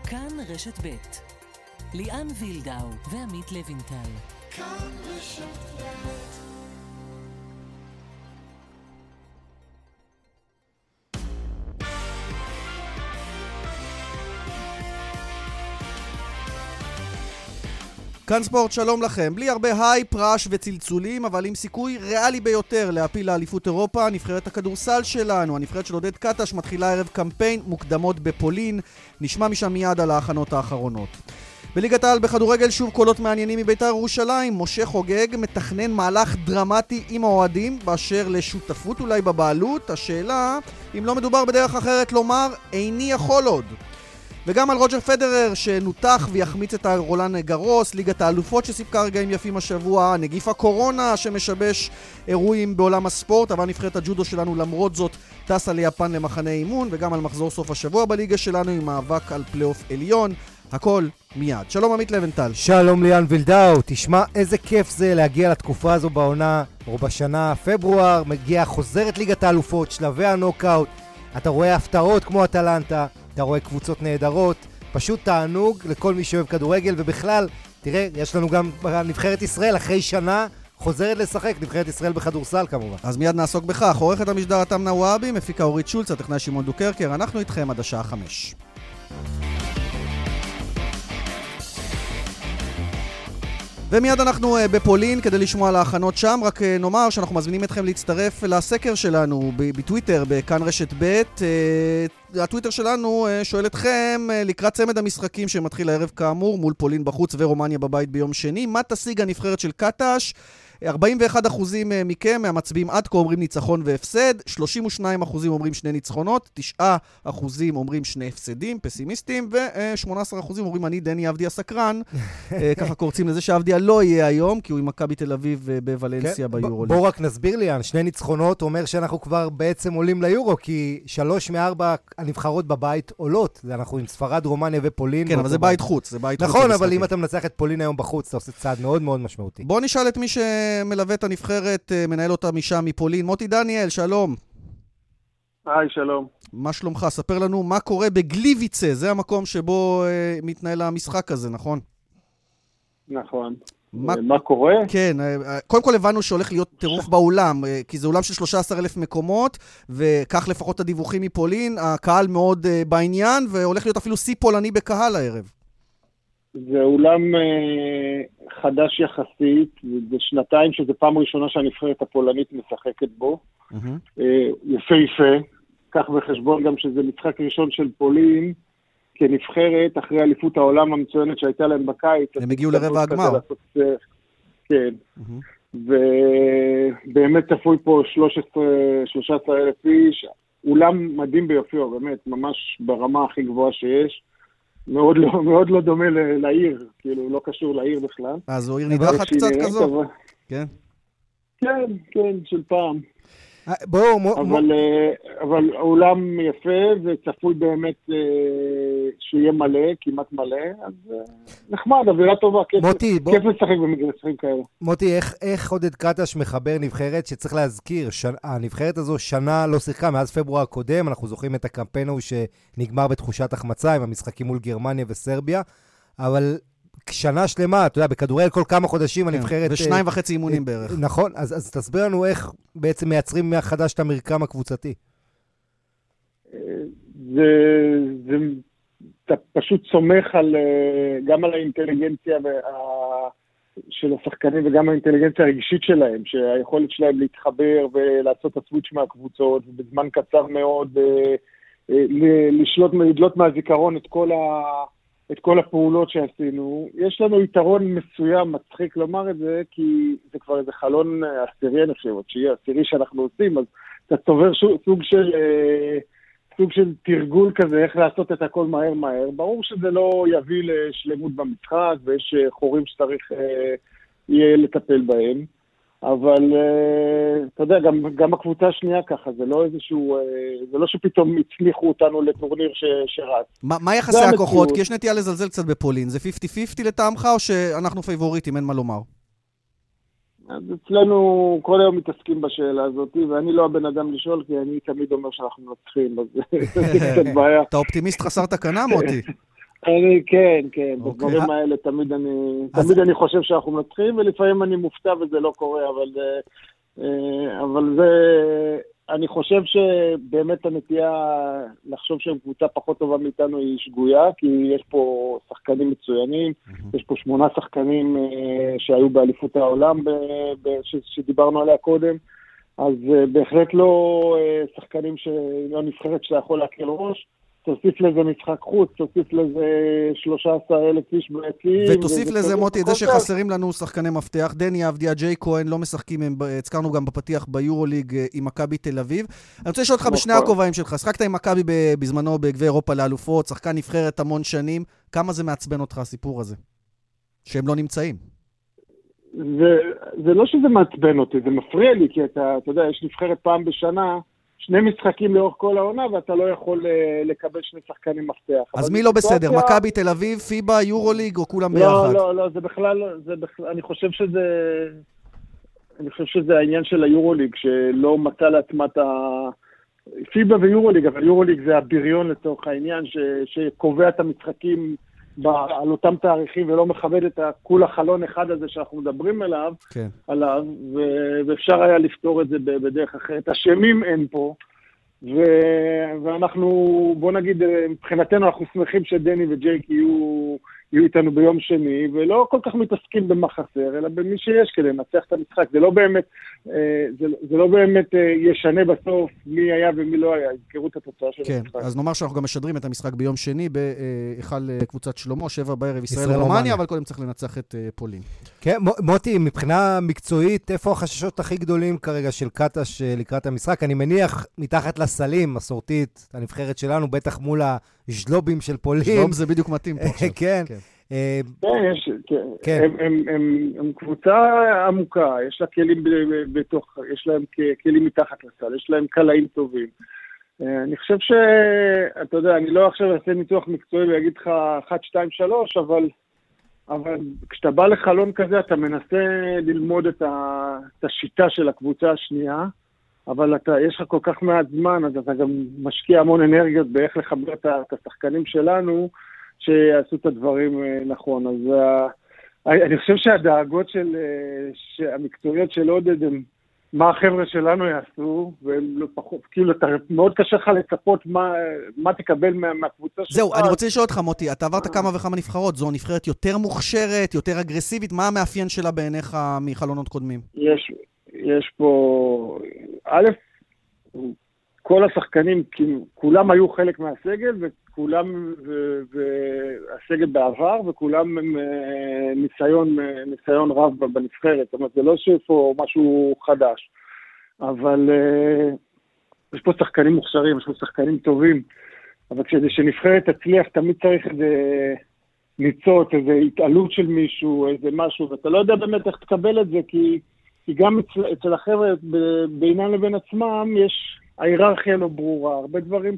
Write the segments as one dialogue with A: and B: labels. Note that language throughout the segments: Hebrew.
A: כאן רשת ב' ליאן וילדאו ועמית לוינטל. כאן רשת ב'.
B: כאן ספורט, שלום לכם. בלי הרבה הייפ, רעש וצלצולים, אבל עם סיכוי ריאלי ביותר להפיל לאליפות אירופה, נבחרת הכדורסל שלנו, הנבחרת של עודד קטש, מתחילה ערב קמפיין מוקדמות בפולין. נשמע משם מיד על ההכנות האחרונות. בליגת העל בכדורגל שוב קולות מעניינים מבית"ר ירושלים. משה חוגג מתכנן מהלך דרמטי עם האוהדים באשר לשותפות אולי בבעלות. השאלה אם לא מדובר בדרך אחרת לומר איני יכול עוד. וגם על רוג'ר פדרר שנותח ויחמיץ את רולאן גרוס, ליגת האלופות שסיפקה רגעים יפים השבוע, נגיף הקורונה שמשבש אירועים בעולם הספורט, אבל נבחרת הג'ודו שלנו למרות זאת טסה ליפן למחנה אימון, וגם על מחזור סוף השבוע בליגה שלנו עם מאבק על פלייאוף עליון. הכל מיד. שלום עמית לוינטל.
C: שלום ליאן וילדאו. תשמע איזה כיף זה להגיע לתקופה הזו בעונה או בשנה. פברואר מגיע, חוזרת ליגת האלופות, שלבי הנוקאוט, אתה רואה הפתעות כמו אטלנטה, אתה רואה קבוצות נהדרות, פשוט תענוג לכל מי שאוהב כדורגל. ובכלל, תראה, יש לנו גם נבחרת ישראל אחרי שנה חוזרת לשחק, נבחרת ישראל בכדורסל כמובן.
B: אז מיד נעסוק בכך. עורכת המשדר תמנה וואבי, מפיקה אורית שולץ, הטכנאי שמעון דוקרקר. אנחנו איתכם עד השעה 5. ומיד אנחנו בפולין כדי לשמוע על ההכנות שם. רק נאמר שאנחנו מזמינים אתכם להצטרף לסקר שלנו בטוויטר, בכאן רשת ב'. הטוויטר שלנו שואל אתכם לקראת צמד המשחקים שמתחיל הערב כאמור מול פולין בחוץ ורומניה בבית ביום שני, מה תשיג הנבחרת של קטש? 41% מכם מהמצביעים עד כה אומרים ניצחון והפסד, 32% אומרים שני ניצחונות, 9% אומרים שני הפסדים, פסימיסטים, ו-18% אומרים אני דני עבדיה סקרן. ככה קורצים לזה שעבדיה לא יהיה היום, כי הוא עם מכבי תל אביב בוולנסיה ביורוליג.
C: בואו רק נסביר ליאן, שני ניצחונות אומר שאנחנו כבר בעצם עולים ליורו, כי 3 מ-4 הנבחרות בבית עולות, אנחנו עם ספרד, רומניה ופולין.
B: כן, אבל זה בית חוץ.
C: נכון, אבל אם אתה מנצח את פולין היום בחוץ, אתה עושה צעד מאוד מאוד משמעותי.
B: בוא נשאל את מי מלווה את הנבחרת, מנהל אותה משם מפולין. מוטי דניאל, שלום.
D: היי, שלום.
B: מה שלומך? ספר לנו מה קורה בגליביצה, זה המקום שבו מתנהל המשחק הזה, נכון?
D: נכון. מה קורה?
B: כן, קודם כל הבנו שהולך להיות טירוף באולם, כי זה אולם של 13,000 מקומות, וכך לפחות הדיווחים מפולין, הקהל מאוד בעניין, והולך להיות אפילו סי פולני בקהל הערב.
D: זה אולם חדש יחסית, זה שנתיים שזה פעם ראשונה שהנבחרת הפולנית משחקת בו. יפה. כך בחשבון גם שזה משחק ראשון של פולין, כנבחרת אחרי אליפות העולם המצוינת שהייתה להם בקיץ.
B: הם הגיעו לרבע הגמר.
D: כן. ובאמת צפוי פה 13,000 איש, אולם מדהים ביופיו, באמת, ממש ברמה הכי גבוהה שיש. מאוד לא דומה לעיר, כאילו לא קשור לעיר בכלל.
B: אז זו עיר נידחת קצת כזו? כן.
D: כן, של פעם. אבל האולם יפה וצפוי באמת שיהיה מלא, כמעט מלא, אז נחמד, אווירה טובה, כיף לשחק במגרשים כאלה.
C: מוטי, איך עודד קטש מחבר נבחרת שצריך להזכיר, הנבחרת הזו שנה לא שיחקה, מאז פברואר הקודם, אנחנו זוכרים את הקמפיין ההוא שנגמר בתחושת החמצה עם המשחקים מול גרמניה וסרביה, אבל שנה שלמה, אתה יודע, בכדורגל כל כמה חודשים הנבחרת...
B: ו2.5 אימונים בערך.
C: נכון, אז תסביר לנו איך בעצם מייצרים מחדש את המרקם הקבוצתי.
D: אתה פשוט סומך גם על האינטליגנציה של השחקנים וגם האינטליגנציה הרגשית שלהם, שהיכולת שלהם להתחבר ולעשות את הסוויץ' מהקבוצות, ובזמן קצר מאוד לדלות מהזיכרון את כל הפעולות שעשינו. יש לנו יתרון מסוים, מצחיק לומר את זה, כי זה כבר איזה חלון עשירי, אני חושב, שיהיה עשירי שאנחנו עושים, אז אתה צובר סוג של תרגול כזה, איך לעשות את הכל מהר. ברור שזה לא יביא לשלמות במשחק, ויש חורים שצריך יהיה לטפל בהם, אבל אתה יודע, גם הקבוצה השנייה ככה, זה לא שפתאום הצליחו אותנו לטורניר שרץ.
B: מה יחסי הכוחות? כי יש נטייה לזלזל קצת בפולין, זה 50-50 לטעמך, או שאנחנו פייבוריטים, אין מה לומר?
D: אז אצלנו כל היום מתעסקים בשאלה הזאת, ואני לא הבן אדם לשאול, כי אני תמיד אומר שאנחנו נצחים, אז זה קצת בעיה.
B: אתה אופטימיסט חסר תקנה, מוטי?
D: כן, בדברים האלה תמיד אני חושב שאנחנו מנצחים, ולפעמים אני מופתע וזה לא קורה, אבל זה, אני חושב שבאמת הנטייה לחשוב שהם קבוצה פחות טובה מאיתנו היא שגויה, כי יש פה שחקנים מצוינים, יש פה 8 שחקנים שהיו באליפות העולם שדיברנו עליה קודם, אז בהחלט לא שחקנים שלא נבחרת שאתה יכול להקל ראש, תוסיף לזה משחק חוץ, תוסיף לזה 13,000 איש ביציעים.
B: ותוסיף לזה, מוטי, את זה שחסרים לנו שחקני מפתח. דני אבדיה, ג'יי כהן לא משחקים, הזכרנו גם בפתיח ביורוליג עם מכבי תל אביב. אני רוצה לשאול אותך בשני הכובעים שלך. שחקת עם מכבי בזמנו בגביע אירופה לאלופות, שחקן נבחרת המון שנים. כמה זה מעצבן אותך הסיפור הזה? שהם לא נמצאים.
D: זה לא שזה מעצבן אותי, זה מפריע לי, כי אתה יודע, יש נבחרת פעם בשנה, 2 משחקים לאורך כל העונה, ואתה לא יכול לקבל 2 שחקנים מפתח.
B: אז מי לא בסדר? מכבי תל אביב, פיבה, יורוליג, או כולם ביחד?
D: לא, זה בכלל, אני חושב שזה העניין של היורוליג, שלא מצא לעצמה את פיבה ויורוליג, אבל יורוליג זה הבריון לצורך העניין, שקובע את המשחקים על אותם תאריכים, ולא מכבד את כול החלון אחד הזה שאנחנו מדברים עליו, ואפשר היה לפתור את זה בדרך אחרת. השמים אין פה, ואנחנו, בוא נגיד, מבחינתנו אנחנו שמחים שדני וג'ייק יהיו איתנו ביום שני, ולא כל כך מתעסקים במה חסר, אלא במי שיש כדי לנצח את המשחק. זה לא באמת ישנה בסוף מי היה ומי לא היה, יזכרו את התוצאה של המשחק.
B: כן, אז נאמר שאנחנו גם משדרים את המשחק ביום שני, בהיכל קבוצת שלמה, 7 בערב ישראל רומניה, אבל קודם צריך לנצח את פולין.
C: כן, מוטי, מבחינה מקצועית, איפה החששות הכי גדולים כרגע של קטש לקראת המשחק? אני מניח מתחת לסלים, מסורתית, הנבחרת שלנו, בטח מול הז'לובים של פולין.
B: ז'לוב זה בדיוק מתאים פה עכשיו.
C: כן.
D: הם קבוצה עמוקה, יש לה כלים בתוך, יש להם כלים מתחת לסל, יש להם קלעים טובים. אני חושב אתה יודע, אני לא עכשיו אעשה ניתוח מקצועי ויגיד לך 1, 2, 3, אבל כשאתה בא לחלון כזה, אתה מנסה ללמוד את השיטה של הקבוצה השנייה, אבל יש לך כל כך מעט זמן, אז אתה גם משקיע המון אנרגיות באיך לחבר את השחקנים שלנו, שיעשו את הדברים נכון. אז אני חושב שהדאגות המקצועיות של עודד הם מה החבר'ה שלנו יעשו, והם לא פחות, כאילו, מאוד קשה לך לצפות מה תקבל מהקבוצה שלך.
B: זהו, אני רוצה לשאול אותך, מוטי, אתה עברת כמה וכמה נבחרות, זו נבחרת יותר מוכשרת, יותר אגרסיבית, מה המאפיין שלה בעיניך מחלונות קודמים?
D: יש פה, כל השחקנים, כולם היו חלק מהסגל, וכולם, והסגל בעבר, וכולם עם ניסיון רב בנבחרת. זאת אומרת, זה לא שפה משהו חדש. אבל יש פה שחקנים מוכשרים, יש פה שחקנים טובים. אבל כשנבחרת תצליח, תמיד צריך איזה ניצות, איזה התעלות של מישהו, איזה משהו, ואתה לא יודע באמת איך תקבל את זה, כי גם אצל החבר'ה, בינם לבין עצמם, יש ההיררכיה לא ברורה, הרבה דברים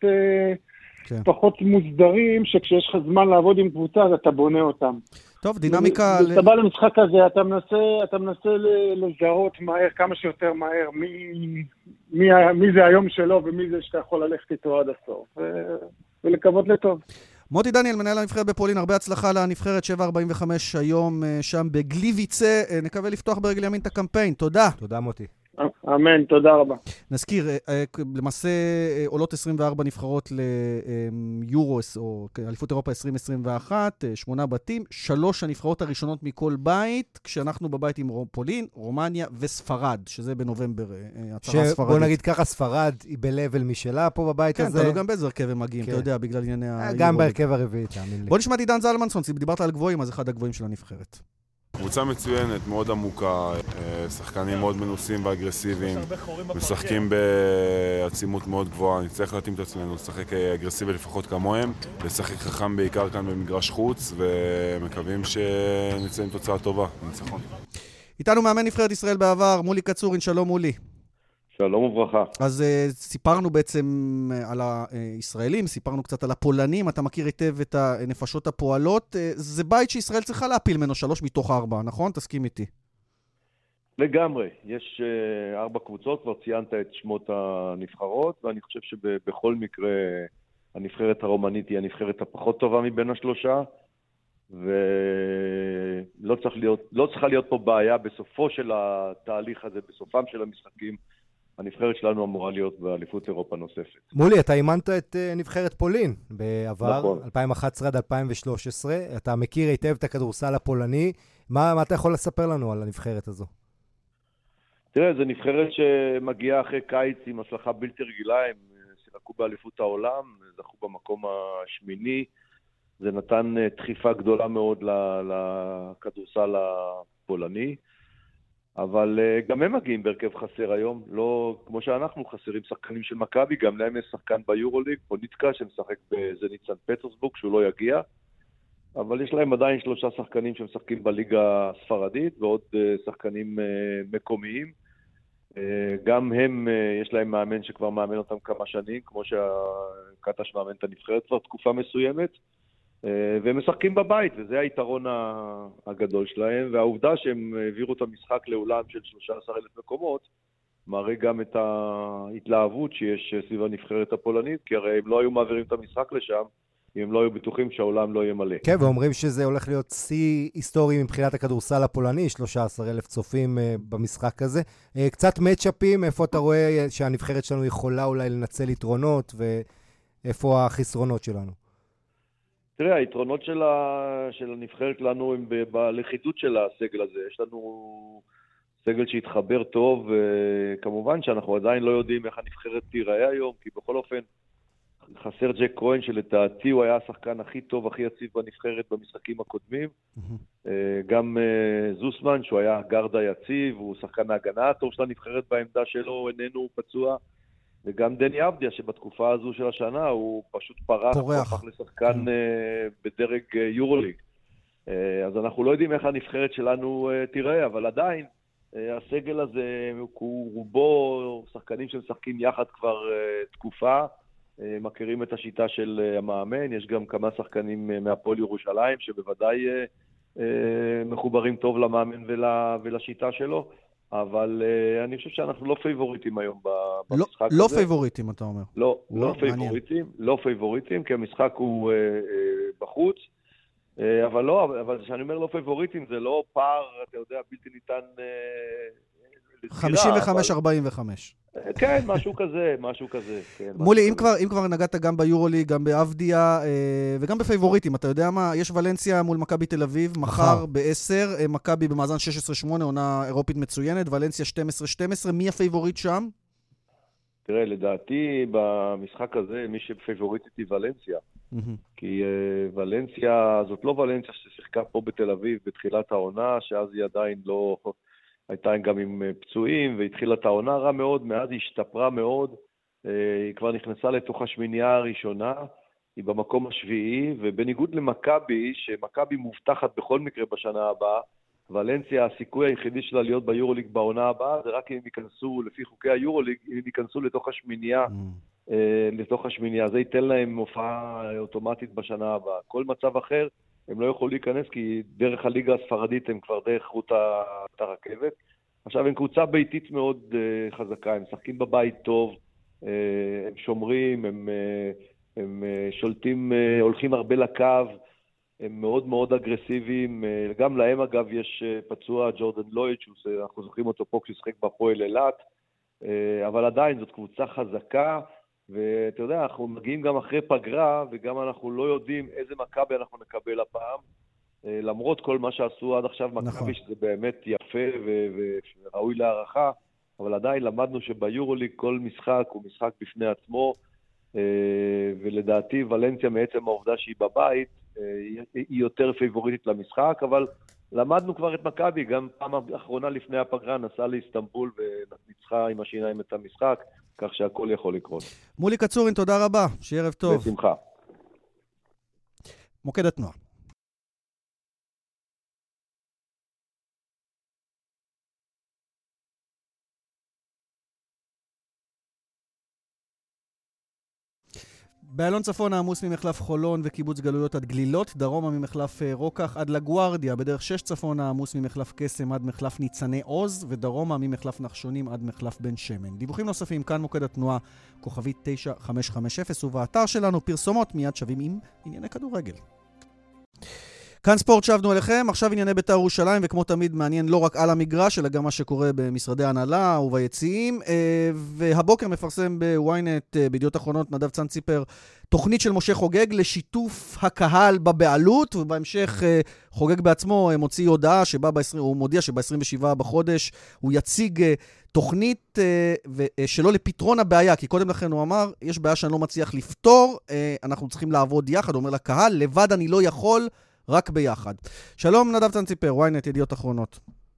D: פחות מוסדרים, שכשיש לך זמן לעבוד עם קבוצה, אז אתה בונה אותם.
B: טוב, דינמיקה...
D: אתה בא למשחק הזה, אתה מנסה לזהות מהר, כמה שיותר מהר, מי זה היום שלו, ומי זה שאתה יכול ללכת איתו עד הסוף, ולקוות לטוב.
B: מוטי דניאל, מנהל הנבחרת בפולין, הרבה הצלחה לנבחרת 7:45 היום שם בגליביצה. נקווה לפתוח ברגל ימין את הקמפיין. תודה.
C: תודה, מוטי.
D: אמן, תודה רבה.
B: נזכיר, למעשה עולות 24 נבחרות ליורוס, או אליפות אירופה 2021, 8 בתים, 3 הנבחרות הראשונות מכל בית, כשאנחנו בבית עם פולין, רומניה וספרד, שזה בנובמבר, הצהרה ספרדית.
C: בוא נגיד ככה, ספרד היא בלבל משלה פה בבית הזה.
B: כן, תלוי גם באיזה הרכב הם מגיעים, אתה יודע, בגלל ענייני היורו.
C: גם בהרכב הרביעי, תאמין לי.
B: בוא נשמע עידן זלמנסון, דיברת על גבוהים, אז אחד הגבוהים של הנבחרת.
E: קבוצה מצוינת, מאוד עמוקה, שחקנים מאוד מנוסים ואגרסיביים, משחקים בעצימות מאוד גבוהה, נצטרך להתאים את עצמנו, לשחק אגרסיבי לפחות כמוהם, לשחק חכם בעיקר כאן במגרש חוץ, ומקווים שנצא עם תוצאה טובה, ניצחון.
B: איתנו מאמן נבחרת ישראל בעבר, מולי קצורין, שלום מולי.
F: שלום וברכה.
B: אז סיפרנו בעצם על הישראלים, סיפרנו קצת על הפולנים, אתה מכיר היטב את הנפשות הפועלות. זה בית שישראל צריכה להפיל ממנו 3 מתוך 4, נכון? תסכים איתי.
F: לגמרי. יש 4 קבוצות, כבר ציינת את שמות הנבחרות, ואני חושב שבכל מקרה הנבחרת הרומנית היא הנבחרת הפחות טובה מבין השלושה, ולא צריכה להיות פה בעיה בסופו של התהליך הזה, בסופם של המשחקים. הנבחרת שלנו אמורה להיות באליפות אירופה נוספת.
C: מולי, אתה אימנת את נבחרת פולין בעבר,
F: נכון.
C: 2011 עד 2013. אתה מכיר היטב את הכדורסל הפולני. מה אתה יכול לספר לנו על הנבחרת הזו?
F: תראה, זו נבחרת שמגיעה אחרי קיץ עם הצלחה בלתי רגילה, הם שיחקו באליפות העולם, זכו במקום השמיני, זה נתן דחיפה גדולה מאוד לכדורסל הפולני, אבל גם הם מגיעים בהרכב חסר היום, לא כמו שאנחנו חסרים שחקנים של מכבי, גם להם יש שחקן ביורוליג, פוניטקה שמשחק בזנית סנט פטרסבורג, שהוא לא יגיע, אבל יש להם עדיין 3 שחקנים שמשחקים בליגה הספרדית, ועוד שחקנים מקומיים. גם הם, יש להם מאמן שכבר מאמן אותם כמה שנים, כמו שקטש מאמן את הנבחרת כבר תקופה מסוימת, והם משחקים בבית, וזה היתרון הגדול שלהם, והעובדה שהם העבירו את המשחק לאולם של 13,000 מקומות, מראה גם את ההתלהבות שיש סביב הנבחרת הפולנית, כי הרי הם לא היו מעבירים את המשחק לשם, אם הם לא היו בטוחים שהעולם לא יהיה מלא.
C: כן, ואומרים שזה הולך להיות שיא היסטורי מבחינת הכדורסל הפולני, 13,000 צופים במשחק הזה. קצת מצ'אפים, איפה אתה רואה שהנבחרת שלנו יכולה אולי לנצל יתרונות, ואיפה החסרונות שלנו?
F: תראה, היתרונות של הנבחרת שלנו הם בלכידות של הסגל הזה. יש לנו סגל שהתחבר טוב, וכמובן שאנחנו עדיין לא יודעים איך הנבחרת תיראה היום, כי בכל אופן, חסר ג'ק כהן, שלדעתי הוא היה השחקן הכי טוב, הכי יציב בנבחרת במשחקים הקודמים. גם זוסמן, שהוא היה גארד היציב, הוא שחקן ההגנה הטוב של הנבחרת בעמדה שלו, איננו פצוע. וגם דני אבדיה, שבתקופה הזו של השנה הוא פשוט פרח, הוא הפך לשחקן בדרג יורוליג. אז אנחנו לא יודעים איך הנבחרת שלנו תיראה, אבל עדיין הסגל הזה הוא רובו שחקנים שמשחקים יחד כבר תקופה, מכירים את השיטה של המאמן, יש גם כמה שחקנים מהפועל ירושלים שבוודאי מחוברים טוב למאמן ולשיטה שלו, אבל אני חושב שאנחנו לא פייבוריטים היום במשחק הזה.
B: לא פייבוריטים, אתה אומר.
F: לא פייבוריטים, כי המשחק הוא בחוץ, אבל כשאני אומר לא פייבוריטים, זה לא פער, אתה יודע, בלתי ניתן לסגירה.
B: 55-45.
F: כן, משהו כזה.
B: מולי, אם כבר נגעת גם ביורוליג, גם באבדיה וגם בפייבוריטים, אתה יודע מה? יש ולנסיה מול מכבי תל אביב, מחר ב-10, מכבי במאזן 16-8, עונה אירופית מצוינת, ולנסיה 12-12, מי הפייבוריט שם?
F: תראה, לדעתי במשחק הזה, מי שפייבוריטית היא ולנסיה. כי ולנסיה, זאת לא ולנסיה ששיחקה פה בתל אביב בתחילת העונה, שאז היא עדיין לא... הייתה גם עם פצועים, והתחילה את העונה רע מאוד, מאז היא השתפרה מאוד, היא כבר נכנסה לתוך השמינייה הראשונה, היא במקום השביעי, ובניגוד למכבי, שמכבי מובטחת בכל מקרה בשנה הבאה, ולנסיה, הסיכוי היחידי שלה להיות ביורוליג בעונה הבאה, זה רק אם ייכנסו, לפי חוקי היורוליג, אם ייכנסו לתוך השמינייה, זה ייתן להם הופעה אוטומטית בשנה הבאה. כל מצב אחר, הם לא יכולו להיכנס, כי דרך הליגה הספרדית הם כבר דרך חוט הרכבת. עכשיו, הם קבוצה ביתית מאוד חזקה, הם משחקים בבית טוב, הם שומרים, הם שולטים, הולכים הרבה לקו, הם מאוד מאוד אגרסיביים. גם להם, אגב, יש פצוע, ג'ורדן לויד, אנחנו זוכרים אותו פה כששחק בפועל אילת, אבל עדיין זאת קבוצה חזקה, ואתה יודע, אנחנו מגיעים גם אחרי פגרה, וגם אנחנו לא יודעים איזה מכבי אנחנו נקבל הפעם, למרות כל מה שעשו עד עכשיו מכבי, שזה באמת יפה וראוי להערכה, אבל עדיין למדנו שביורוליג כל משחק הוא משחק בפני עצמו, ולדעתי ולנסיה מעצם העובדה שהיא בבית, היא יותר פייבוריטית למשחק, אבל למדנו כבר את מכבי, גם פעם האחרונה לפני הפגרה נסעה לאיסטנבול וניצחה עם השיניים את המשחק, כך שהכל יכול לקרות.
B: מולי קצורין, תודה רבה, שיהיה ערב טוב.
F: בשמחה.
B: מוקד התנועה. באלון צפון העמוס ממחלף חולון וקיבוץ גלויות עד גלילות, דרומה ממחלף רוקח עד לגוארדיה, בדרך 6 צפון העמוס ממחלף קסם עד מחלף ניצני עוז, ודרומה ממחלף נחשונים עד מחלף בן שמן. דיווחים נוספים כאן מוקד התנועה כוכבית 9550, ובאתר שלנו פרסומות מיד שווים עם ענייני כדורגל. כאן ספורט, שבנו אליכם, עכשיו ענייני בית"ר ירושלים, וכמו תמיד מעניין לא רק על המגרש, אלא גם מה שקורה במשרדי ההנהלה וביציעים. והבוקר מפרסם בוויינט, בידיעות אחרונות, נדב צאנציפר, תוכנית של משה חוגג לשיתוף הקהל בבעלות, ובהמשך חוגג בעצמו מוציא הודעה שבה הוא מודיע שב-27 בחודש הוא יציג תוכנית שלא לפתרון הבעיה, כי קודם לכן הוא אמר, יש בעיה שאני לא מצליח לפתור, אנחנו צריכים לעבוד יחד, הוא אומר לקהל, לבד אני לא יכול, רק ביחד. שלום נדב צאנציפר, וויינט, ידיעות אחרונות.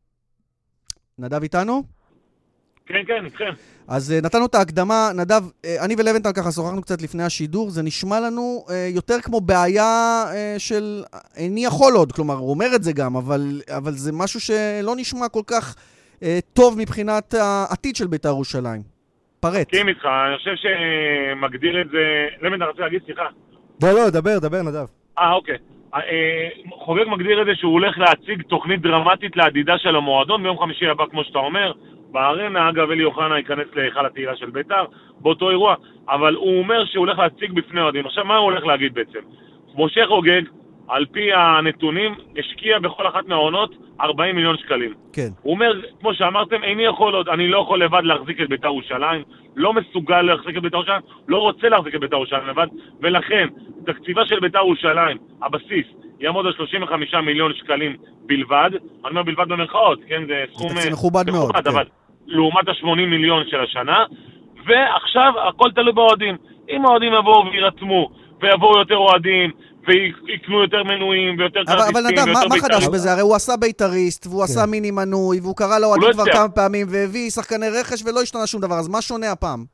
B: נדב איתנו?
G: כן, כן, איתכם.
B: אז נתנו את ההקדמה, נדב, אני ולוינטל ככה שוחחנו קצת לפני השידור, זה נשמע לנו יותר כמו בעיה של איני יכול עוד, כלומר הוא אומר את זה גם, אבל זה משהו שלא נשמע כל כך טוב מבחינת העתיד של בית"ר ירושלים. פרט.
G: מסכים איתך, אני חושב שמגדיר את זה, לוינטל רצה להגיד, סליחה.
C: לא, דבר נדב.
G: אוקיי. חוגג מגדיר את זה שהוא הולך להציג תוכנית דרמטית לעתידה של המועדון ביום חמישי הבא, כמו שאתה אומר, בארנה. אגב, אלי אוחנה ייכנס להיכל התהילה של בית"ר באותו אירוע, אבל הוא אומר שהוא הולך להציג בפני אוהדים. עכשיו, מה הוא הולך להגיד בעצם? משה חוגג, על פי הנתונים, השקיע בכל אחת מהעונות 40 מיליון שקלים.
B: כן.
G: הוא אומר, כמו שאמרתם, אני לא יכול לבד להחזיק את בית"ר ירושלים, לא מסוגל להחזיק את בית"ר ירושלים, לא רוצה להחזיק את בית"ר ירושלים לבד, ולכן, תקציבה של בית"ר ירושלים, הבסיס, יעמוד על 35 מיליון שקלים בלבד, אני אומר בלבד במרכאות, כן, זה סכום
B: מכובד מאוד, כן.
G: אבל לעומת ה-80 מיליון של השנה, ועכשיו הכל תלוי באוהדים. אם האוהדים יבואו וירתמו, ויבואו יותר אוהדים, ויקנו יותר מנויים, ויותר כרטיסים,
B: אבל נדב, מה חדש בזה? הרי הוא עשה בית"ריסט, והוא עשה מיני מנוי, והוא קרא לאוהדים כבר כמה פעמים, והביא שחקני רכש, ולא השתנה שום דבר. אז מה שונה הפעם?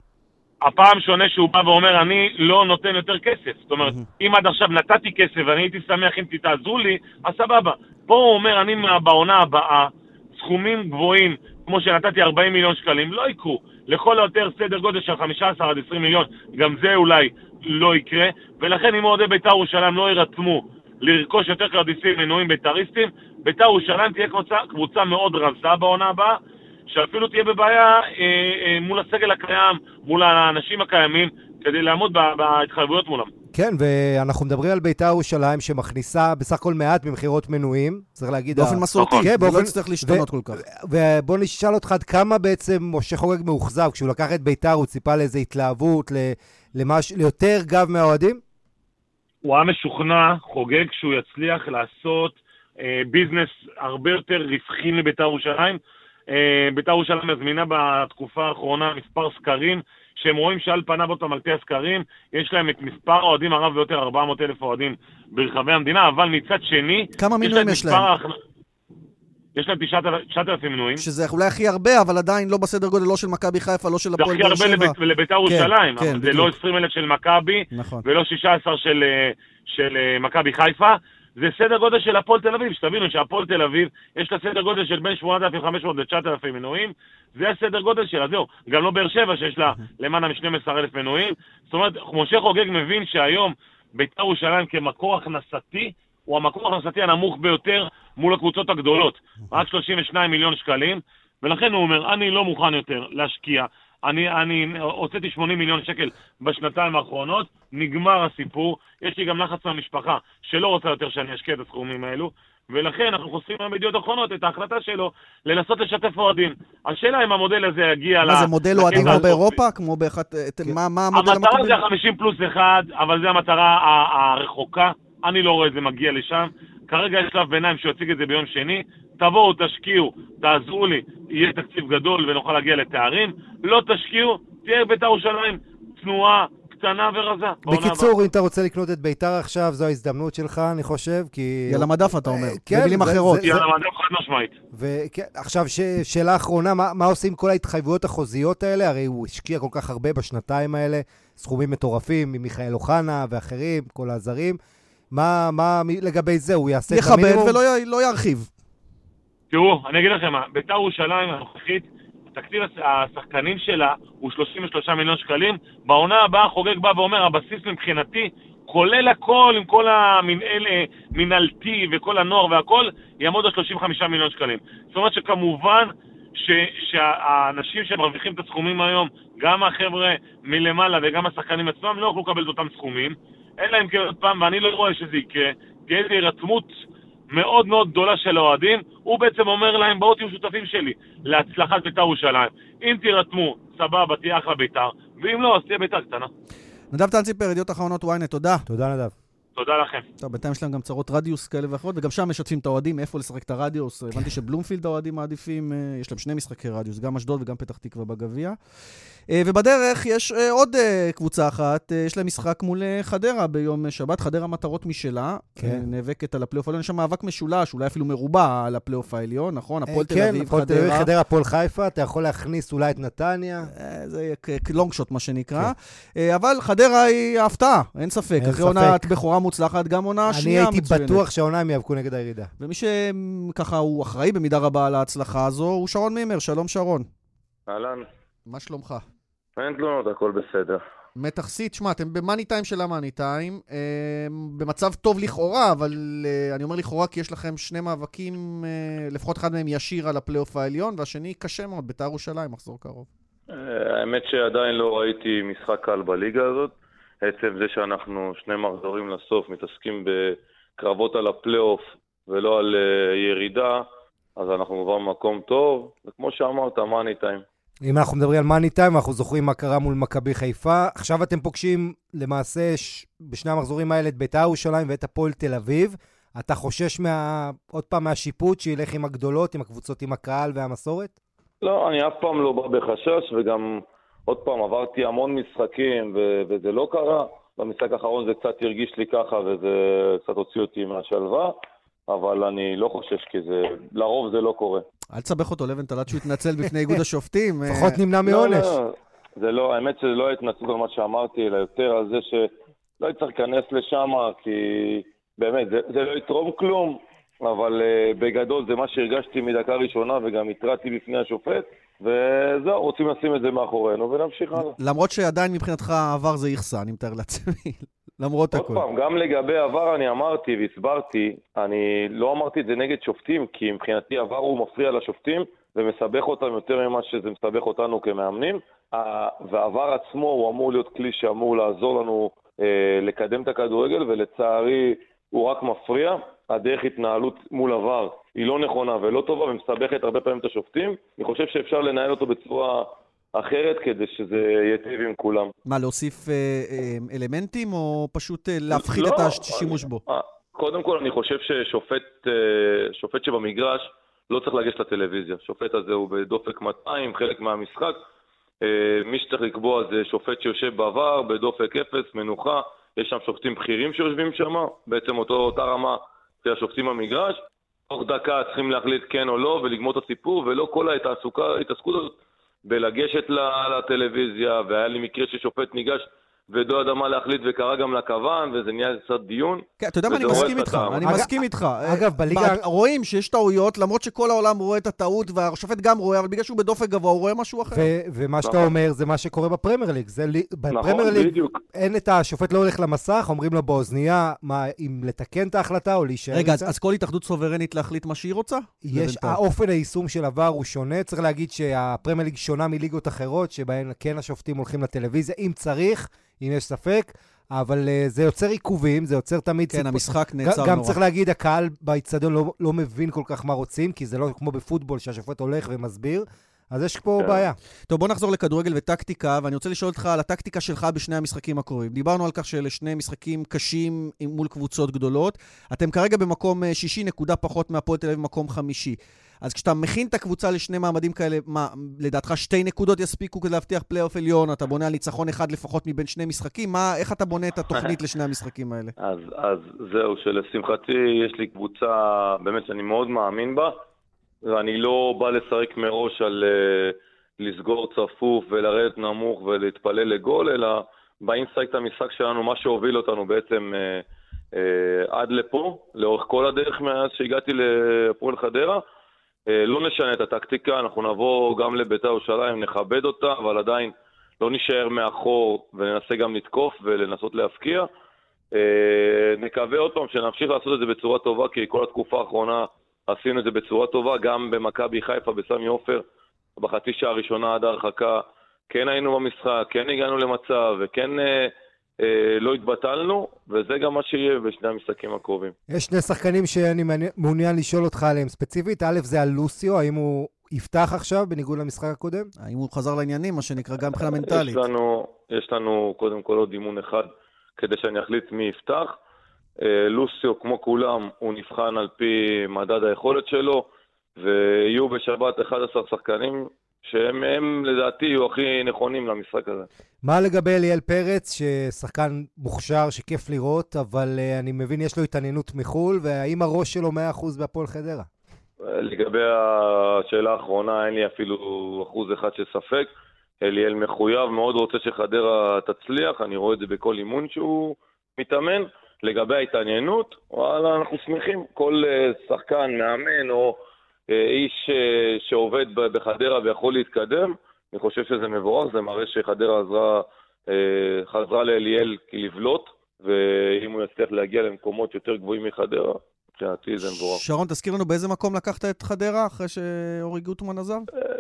G: הפעם שונה שהוא בא ואומר, אני לא נותן יותר כסף. זאת אומרת, אם עד עכשיו נתתי כסף, ואני הייתי שמח אם תתעזרו לי, אז סבבה. פה הוא אומר, אני בעונה הבאה, סכומים גבוהים, כמו שנתתי 40 מיליון שקלים, לא יקרו. לכל היותר סדר גודל של 15 עד 20 מיליון, גם זה אולי לא יקרה, ולכן אם אוהדי בית"ר ירושלים לא ירתמו לרכוש יותר כרטיסים מנויים בית"ריסטים, בית"ר ירושלים תהיה קבוצה מאוד רזה בעונה הבאה, שאפילו תהיה בבעיה מול הסגל הקיים, מול האנשים הקיימים, כדי לעמוד בהתחייבויות מולם.
C: כן, ואנחנו מדברים על בית"ר ירושלים שמכניסה בסך הכל מעט ממחירות מנויים, צריך להגיד...
B: באופן מסורתי,
C: כן,
B: לא יצטרך להשתנות כל כך.
C: ובוא נשאל אותך עד כמה בעצם משה חוגג מאוכזב, כשהוא לקח את בית"ר הוא ציפה לאיזו התלהבות, ליותר גב מהאוהדים?
G: הוא היה משוכנע, חוגג, שהוא יצליח לעשות ביזנס הרבה יותר רווחי לבית"ר ירושלים. בית"ר ירושלים מזמינה בתקופה האחרונה מספר סקרים, שהם רואים שעל פניו אותם על פי הסקרים, יש להם את מספר האוהדים הרב ביותר, 400,000 אוהדים ברחבי המדינה, אבל מצד שני...
B: כמה מנויים יש להם?
G: יש להם 9,000 מנויים.
B: שזה אולי הכי הרבה, אבל עדיין לא בסדר גודל, לא של מכבי חיפה, לא של הפועל באר שבע.
G: זה הכי הרבה לבית"ר ירושלים, אבל זה לא 20,000 של מכבי, ולא 16 של מכבי חיפה. זה סדר גודל של הפועל תל אביב, שתבינו שהפועל תל אביב יש לה סדר גודל של בין 8,500 ל-9,000 מנויים, זה הסדר גודל שלה, זהו, גם לא באר שבע שיש לה למעלה מ-12,000 מנויים, זאת אומרת, משה חוגג מבין שהיום בית"ר ירושלים כמקור הכנסתי, הוא המקור הכנסתי הנמוך ביותר מול הקבוצות הגדולות, רק 32 מיליון שקלים, ולכן הוא אומר, אני לא מוכן יותר להשקיע, אני הוצאתי 80 מיליון שקל בשנתיים האחרונות, נגמר הסיפור, יש לי גם לחץ מהמשפחה שלא רוצה יותר שאני אשקיע את הסכומים האלו, ולכן אנחנו חושפים היום בידיעות אחרונות את ההחלטה שלו לנסות לשתף אוהדים. השאלה אם המודל הזה יגיע
B: מה זה מודל אוהדים כמו באירופה? כמו באחת... מה המודל המקובל?
G: המטרה זה 50+1, אבל זה המטרה הרחוקה, אני לא רואה את זה מגיע לשם, כרגע יש שלב ביניים שיציג את זה ביום שני, תבואו, תשקיעו, תעזרו לי, יהיה תקציב גדול ונוכל להגיע לתארים, לא תשקיעו, תהיה בית"ר ירושלים תנועה קטנה ורזה.
C: בקיצור, אם אתה רוצה לקנות את בית"ר עכשיו, זו ההזדמנות שלך, אני חושב, כי...
B: יאללה מדף, אתה אומר, במילים אחרות.
G: יאללה מדף חד משמעית.
C: עכשיו, שאלה אחרונה, מה עושים כל ההתחייבויות החוזיות האלה? הרי הוא השקיע כל כך הרבה בשנתיים האלה, סכומים מטורפים ממיכאל אוחנה ואחרים, כל הזרים. מה לגבי זה? הוא יעשה את המינימום?
B: יכבד ולא ירחיב.
G: תראו, אני אגיד לכם מה, בית"ר ירושלים הנוכחית תקציב השחקנים שלה הוא 33 מיליון שקלים, בעונה הבאה חוגג בא ואומר, הבסיס מבחינתי, כולל הכל, עם כל המנהלתי וכל הנוער והכל, יעמוד על 35 מיליון שקלים. זאת אומרת שכמובן שהאנשים שמרוויחים את הסכומים היום, גם החבר'ה מלמעלה וגם השחקנים עצמם, לא יוכלו לקבל את אותם סכומים, אלא אם כן עוד פעם, ואני לא רואה שזה יקרה, כי איזו הרתמות מאוד מאוד גדולה של האוהדים, הוא בעצם אומר להם, בואו תהיו שותפים שלי להצלחת בית"ר ירושלים. אם תירתמו, סבבה, תהיה אחלה בית"ר, ואם לא, אז תהיה בית"ר קטנה.
B: נדב טלציפר, ידיעות אחרונות ynet, תודה.
C: תודה נדב.
G: תודה לכם.
B: טוב, בינתיים יש להם גם צרות רדיוס כאלה ואחרות, וגם שם משתפים את האוהדים, איפה לשחק את הרדיוס. הבנתי שבלומפילד האוהדים מעדיפים, יש להם 2 משחקי רדיוס, גם אשדוד וגם פתח תקווה בגביע. ובדרך יש עוד קבוצה אחת, יש להם משחק מול חדרה ביום שבת, חדרה מטרות משלה, נאבקת על הפלייאוף העליון, יש שם מאבק משולש, אולי אפילו מרובע על הפלייאוף העליון, נכון? הפועל תל אביב, חדרה.
C: חדרה, הפועל חיפה, אתה יכול להכניס אולי את נתניה.
B: זה לונג שוט מה שנקרא, אבל חדרה היא ההפתעה, אין ספק. אחרי עונת בכורה מוצלחת, גם עונה שנייה מצוינת.
C: אני הייתי בטוח שהעונה הם יאבקו נגד הירידה.
B: ומי שככה הוא אחראי במידה רבה על ההצלחה הזו, הוא שרון מימר. שלום שרון.
H: אהלן.
B: מה שלומך?
H: אין תלונות, הכל בסדר.
B: מתח שיא, תשמע, אתם במאני טיים של המאני טיים, במצב טוב לכאורה, אבל אני אומר לכאורה כי יש לכם 2 מאבקים, לפחות אחד מהם ישיר על הפלייאוף העליון, והשני קשה מאוד, בית"ר ירושלים, מחזור קרוב.
H: האמת שעדיין לא ראיתי משחק קל בליגה הזאת, עצם זה שאנחנו 2 מחזורים לסוף מתעסקים בקרבות על הפלייאוף ולא על ירידה, אז אנחנו כבר במקום טוב, וכמו שאמרת, מאני טיים.
C: אם אנחנו מדברים על מאני טיים, אנחנו זוכרים מה קרה מול מכבי חיפה. עכשיו אתם פוגשים למעשה בשני המחזורים האלה את בית"ר ירושלים ואת הפועל תל אביב. אתה חושש עוד פעם מהשיפוט שילך עם הגדולות, עם הקבוצות, עם הקהל והמסורת?
H: לא, אני אף פעם לא בא בחשש, וגם עוד פעם עברתי המון משחקים וזה לא קרה. במשחק האחרון זה קצת הרגיש לי ככה וזה קצת הוציא אותי מהשלווה. אבל אני לא חושש כי לרוב זה לא קורה.
B: אל תסבך אותו, לבן תלת שהוא יתנצל בפני איגוד השופטים.
C: לפחות נמנע מעונש.
H: לא, האמת שזה לא התנצל על מה שאמרתי, אלא יותר על זה שלא צריך להיכנס לשם, כי באמת, זה לא יתרום כלום, אבל בגדול זה מה שהרגשתי מדקה ראשונה, וגם התרעתי בפני השופט, וזהו, רוצים לשים את זה מאחורינו, ונמשיך הלאה.
B: למרות שעדיין מבחינתך העבר זה יחסה, אני מתאר לעצמי. למרות הכל.
H: עוד פעם, גם לגבי עבר אני אמרתי והסברתי, אני לא אמרתי את זה נגד שופטים, כי מבחינתי עבר הוא מפריע לשופטים, ומסבך אותם יותר ממה שזה מסבך אותנו כמאמנים, והעבר עצמו הוא אמור להיות כלי שאמור לעזור לנו לקדם את הכדורגל, ולצערי הוא רק מפריע. הדרך התנהלות מול עבר היא לא נכונה ולא טובה, ומסבכת הרבה פעמים את השופטים. אני חושב שאפשר לנהל אותו בצורה אחרת כדי שזה ייטיב עם כולם.
B: מה, להוסיף אלמנטים או פשוט להפחית את השימוש בו?
H: קודם כל אני חושב ששופט שבמגרש לא צריך לגשת לטלוויזיה. שופט הזה הוא בדופק 200, חלק מהמשחק. מי שצריך לקבוע זה שופט שיושב בעבר, בדופק 0, מנוחה. יש שם שופטים בכירים שיושבים שם, בעצם אותה רמה של השופטים במגרש. תוך דקה צריכים להחליט כן או לא ולגמור את הסיפור, ולא כל ההתעסקות הזאת בלגשת לטלוויזיה, והיה לי מקרה ששופט ניגש ודו אדמה להחליט וקרא גם לכוון, וזה נהיה קצת דיון.
B: כן, אתה יודע מה, אני מסכים איתך.
C: אגב, בליגה
B: רואים שיש טעויות, למרות שכל העולם רואה את הטעות, והשופט גם רואה, אבל בגלל שהוא בדופק גבוה, הוא רואה משהו אחר.
C: ומה שאתה אומר זה מה שקורה בפרמייר ליג. בפרמייר ליג אין את השופט לא הולך למסך, אומרים לו באוזנייה אם לתקן את ההחלטה או להישאר.
B: רגע, אז כל התאחדות סוברנית להחליט מה שהיא רוצה?
C: האופן היישום של עבר הוא שונה. צריך להגיד שהפרמייר ליג שונה מליגות אחרות, שבהן כן השופטים הולכים לטלוויזיה, אם צריך, אם יש ספק, אבל זה יוצר עיכובים, זה יוצר תמיד...
B: כן, המשחק נעצר נורא.
C: גם צריך להגיד, הקהל באצטדיון לא מבין כל כך מה רוצים, כי זה לא כמו בפוטבול שהשופט הולך ומסביר, אז יש פה בעיה.
B: טוב, בוא נחזור לכדורגל וטקטיקה, ואני רוצה לשאול אותך על הטקטיקה שלך בשני המשחקים הקרובים. דיברנו על כך שאלה 2 משחקים קשים מול קבוצות גדולות. אתם כרגע במקום 60, נקודה פחות מהפועל תל אביב, מקום 5. אז כשאתה מכין את הקבוצה לשני מעמדים כאלה, מה, לדעתך 2 נקודות יספיקו כדי להבטיח פלייאוף עליון? אתה בונה על ניצחון אחד לפחות מבין 2 משחקים? איך אתה בונה את התוכנית לשני המשחקים האלה?
H: אז זהו, שלשמחתי יש לי קבוצה באמת שאני מאוד מאמין בה, ואני לא בא לשחק מראש על לסגור צפוף ולרדת נמוך ולהתפלל לגול, אלא באים לשחק את המשחק שלנו, מה שהוביל אותנו בעצם עד לפה, לאורך כל הדרך מאז שהגעתי לפועל חדרה, לא נשנה את הטקטיקה, אנחנו נבוא גם לבית"ר ירושלים, נכבד אותה, אבל עדיין לא נשאר מאחור וננסה גם לתקוף ולנסות להפקיע. נקווה עוד פעם שנמשיך לעשות את זה בצורה טובה, כי כל התקופה האחרונה עשינו את זה בצורה טובה, גם במכבי חיפה, בסמי עופר, בחצי שעה הראשונה עד ההרחקה, כן היינו במשחק, כן הגענו למצב, וכן לא התבטלנו, וזה גם מה שיהיה בשני המשחקים הקרובים.
C: יש שני שחקנים שאני מעוניין לשאול אותך עליהם ספציפית. א', זה על לוסיו, האם הוא יפתח עכשיו בניגוד למשחק הקודם?
B: האם הוא חזר לעניינים, מה שנקרא גם מבחינה מנטלית?
H: יש לנו קודם כל עוד אימון אחד, כדי שאני אחליט מי יפתח. לוסיו, כמו כולם, הוא נבחן על פי מדד היכולת שלו, ויהיו בשבת 11 שחקנים, שהם לדעתי יהיו הכי נכונים למשחק הזה.
C: מה לגבי אליאל פרץ, ששחקן מוכשר, שכיף לראות, אבל אני מבין יש לו התעניינות מחול, והאם הראש שלו 100% בהפועל חדרה?
H: לגבי השאלה האחרונה, אין לי אפילו 1% של ספק. אליאל מחויב, מאוד רוצה שחדרה תצליח, אני רואה את זה בכל אימון שהוא מתאמן. לגבי ההתעניינות, וואלה, אנחנו שמחים. כל שחקן, מאמן או איש שעובד בחדרה ויכול להתקדם, אני חושב שזה מבורך, זה מראה שחדרה חזרה לאליאל לבלוט, ואם הוא יצליח להגיע למקומות יותר גבוהים מחדרה, מבחינתי זה מבורך.
B: שרון, תזכיר לנו באיזה מקום לקחת את חדרה אחרי שאורי גוטמן עזב?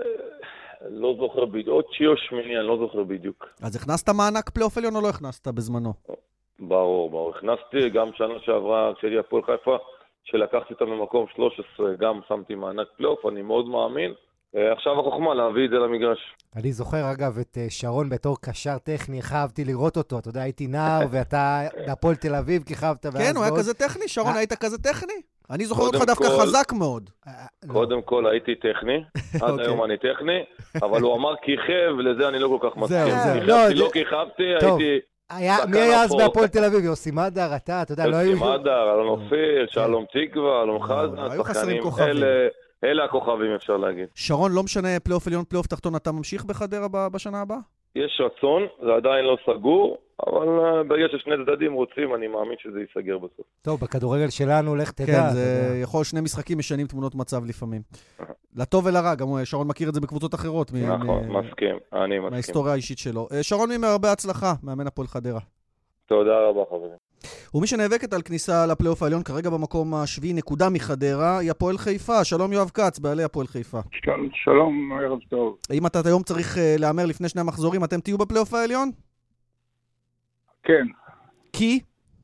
H: לא זוכר בדיוק, עוד שיו שמיני, אני לא זוכר בדיוק.
B: אז הכנסת מענק פלייאוף עליון או לא הכנסת בזמנו?
H: ברור. הכנסתי גם שנה שעברה כשהייתי הפועל חיפה, שלקחתי אותה ממקום 13, גם שמתי מענק פלייאוף, אני מאוד מאמין. עכשיו החוכמה להביא את זה למגרש.
C: אני זוכר אגב את שרון בתור קשר טכני, חייבתי לראות אותו, אתה יודע, הייתי נער ואתה בהפועל תל אביב כיכבת.
B: כן, הוא היה כזה טכני, שרון היית כזה טכני? אני זוכר אותך דווקא חזק מאוד.
H: קודם כל הייתי טכני, עד היום אני טכני, אבל הוא אמר כיכב, לזה אני לא כל כך מסכים. לא כיכבתי, הייתי...
C: מי היה אז בהפועל תל אביב? יוסי מדר, אתה יודע, לא היו...
H: יוסי מדר, אלון אופיר, שלום תקווה, אלון חזן, שחקנים, אלה הכוכבים אפשר להגיד.
B: שרון, לא משנה פלייאוף עליון, פלייאוף תחתון, אתה ממשיך בחדרה בשנה הבאה?
H: יש רצון, זה עדיין לא סגור, אבל ברגע ששני צדדים רוצים, אני מאמין שזה ייסגר בסוף.
C: טוב, בכדורגל שלנו, לך תדע.
B: כן, זה יכול שני משחקים משנים תמונות מצב לפעמים. לטוב ולרע, גם שרון מכיר את זה בקבוצות אחרות.
H: נכון, מסכים, אני מסכים.
B: מההיסטוריה האישית שלו. שרון ממר, הרבה הצלחה, מאמן הפועל חדרה.
H: תודה רבה, חברים.
B: ומי שנאבקת על כניסה לפלייאוף העליון, כרגע במקום השביעי, נקודה מחדרה, היא הפועל חיפה. שלום יואב כץ, בעלי הפועל חיפה.
I: שלום, ערב טוב.
B: אם אתה היום צריך לאמר לפני שני המחזורים, אתם תהיו בפלייאוף העליון?
I: כן.
B: כי?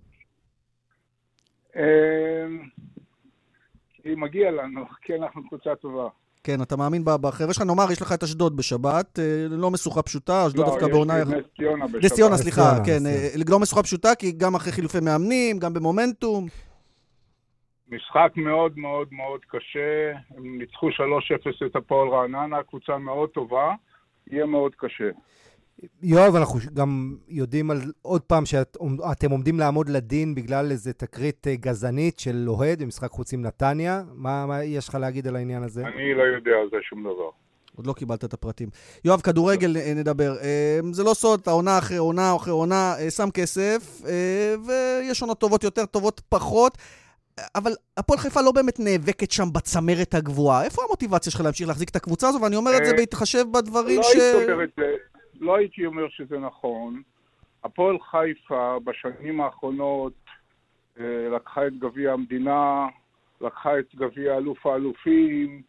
I: היא מגיעה לנו, כי אנחנו קבוצה טובה.
B: כן, אתה מאמין בחבר'ה שלך, נאמר, יש לך את אשדוד בשבת, לא משוכה פשוטה, אשדוד דווקא בעונה...
I: לא, יש נס ציונה בשבת.
B: נס ציונה, סליחה, כן, לא משוכה פשוטה, כי גם אחרי חילופי מאמנים, גם במומנטום.
I: משחק מאוד מאוד מאוד קשה, הם ניצחו 3-0 את הפועל רעננה, קבוצה מאוד טובה, יהיה מאוד קשה.
C: יואב, אנחנו גם יודעים על עוד פעם שאתם עומדים לעמוד לדין בגלל איזו תקרית גזענית של אוהד במשחק חוץ עם נתניה. מה יש לך להגיד על העניין הזה?
I: אני לא יודע על זה שום דבר.
B: עוד לא קיבלת את הפרטים. יואב, כדורגל נדבר. זה לא סוד, העונה אחרי עונה אחרי עונה שם כסף, ויש עונות טובות יותר, טובות פחות, אבל הפועל חיפה לא באמת נאבקת שם בצמרת הגבוהה. איפה המוטיבציה שלך להמשיך להחזיק את הקבוצה הזו? ואני אומר את זה בהתחשב בדברים
I: לא הייתי אומר שזה נכון. הפועל חיפה בשנים האחרונות לקחה את גביע המדינה, לקחה את גביע אלוף האלופים,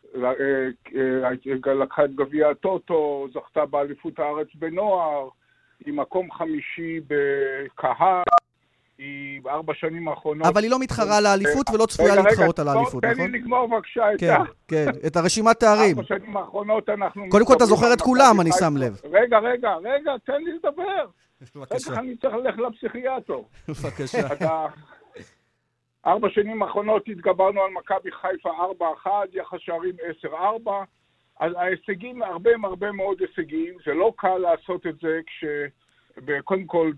I: לקחה את גביע הטוטו, זכתה באליפות הארץ בנוער, היא מקום חמישי בקהל, היא 4 שנים האחרונות...
B: אבל היא לא מתחרה לאליפות ולא צפויה להתחרות על האליפות, נכון?
I: תן לי לגמור בבקשה
B: את הרשימת תארים.
I: 4 שנים האחרונות אנחנו...
B: קודם כל אתה זוכר את כולם, אני שם לב.
I: רגע, תן לי לדבר. בבקשה. אני צריך ללכת לפסיכיאטר.
B: בבקשה.
I: 4 שנים האחרונות התגברנו על מכבי חיפה 4-1, יחס שערים 10-4. אז ההישגים, הרבה מאוד הישגים. זה לא קל לעשות את זה קודם כל